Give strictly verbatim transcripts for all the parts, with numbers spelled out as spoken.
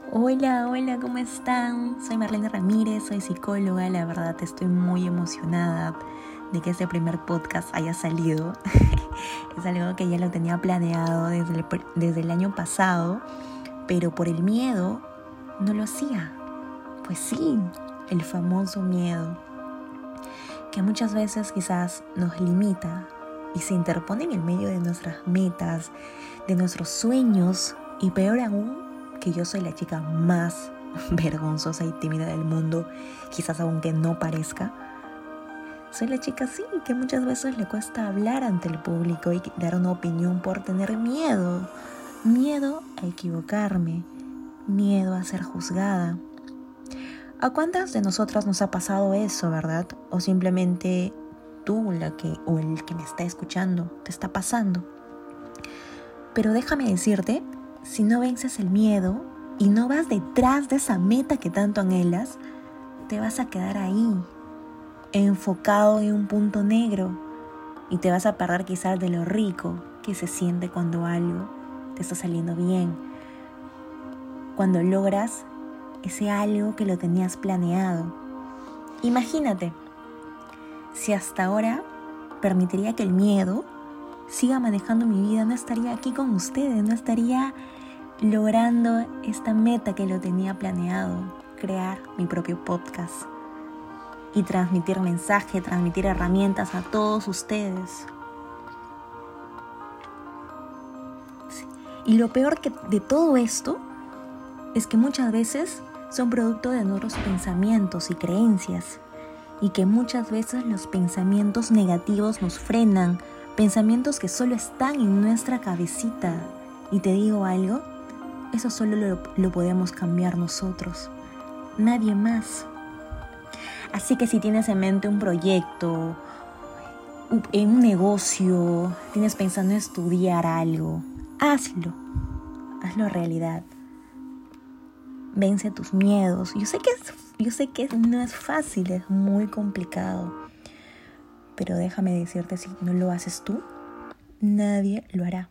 Hola, hola, ¿cómo están? Soy Marlene Ramírez, soy psicóloga. La verdad estoy muy emocionada de que este primer podcast haya salido. Es algo que ya lo tenía planeado desde el, desde el año pasado, pero por el miedo no lo hacía. Pues sí, el famoso miedo, que muchas veces quizás nos limita y se interpone en el medio de nuestras metas, de nuestros sueños, y peor aún, que yo soy la chica más vergonzosa y tímida del mundo, quizás aunque no parezca. Soy la chica, sí, que muchas veces le cuesta hablar ante el público y dar una opinión por tener miedo. Miedo a equivocarme, miedo a ser juzgada. ¿A cuántas de nosotras nos ha pasado eso, verdad? O simplemente tú, la que, o el que me está escuchando, te está pasando. Pero déjame decirte, si no vences el miedo y no vas detrás de esa meta que tanto anhelas, te vas a quedar ahí, enfocado en un punto negro, y te vas a perder quizás de lo rico que se siente cuando algo te está saliendo bien, cuando logras ese algo que lo tenías planeado. Imagínate, si hasta ahora permitiría que el miedo siga manejando mi vida, no estaría aquí con ustedes, no estaría logrando esta meta que lo tenía planeado, crear mi propio podcast y transmitir mensaje, transmitir herramientas a todos ustedes. Sí. Y lo peor que de todo esto es que muchas veces son producto de nuestros pensamientos y creencias, y que muchas veces los pensamientos negativos nos frenan, pensamientos que solo están en nuestra cabecita. Y te digo algo, eso solo lo, lo podemos cambiar nosotros, nadie más. Así que si tienes en mente un proyecto, en un negocio, tienes pensando en estudiar algo, hazlo, hazlo realidad. Vence tus miedos. Yo sé que es, yo sé que no es fácil, es muy complicado. Pero déjame decirte, si no lo haces tú, nadie lo hará.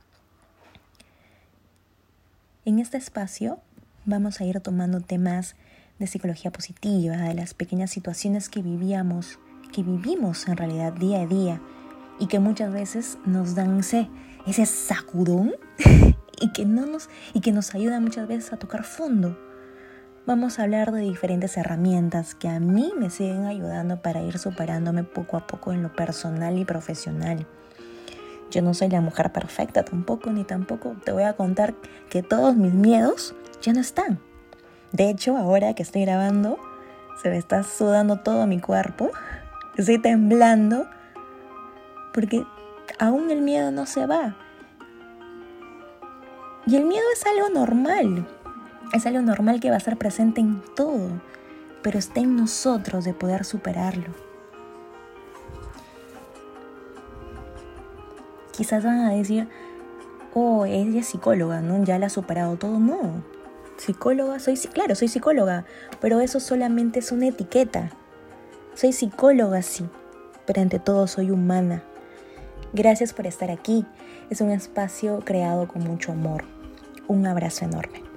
En este espacio vamos a ir tomando temas de psicología positiva, de las pequeñas situaciones que vivíamos, que vivimos en realidad día a día, y que muchas veces nos dan ese, ese sacudón y que no nos, y que nos ayuda muchas veces a tocar fondo. Vamos a hablar de diferentes herramientas que a mí me siguen ayudando para ir superándome poco a poco en lo personal y profesional. Yo no soy la mujer perfecta tampoco, ni tampoco te voy a contar que todos mis miedos ya no están. De hecho, ahora que estoy grabando, se me está sudando todo mi cuerpo, estoy temblando, porque aún el miedo no se va. Y el miedo es algo normal, es algo normal que va a estar presente en todo, pero está en nosotros de poder superarlo. Quizás van a decir, oh, ella es psicóloga, ¿no? Ya la ha superado todo. No, psicóloga, soy, claro, soy psicóloga, pero eso solamente es una etiqueta. Soy psicóloga, sí, pero ante todo soy humana. Gracias por estar aquí. Es un espacio creado con mucho amor. Un abrazo enorme.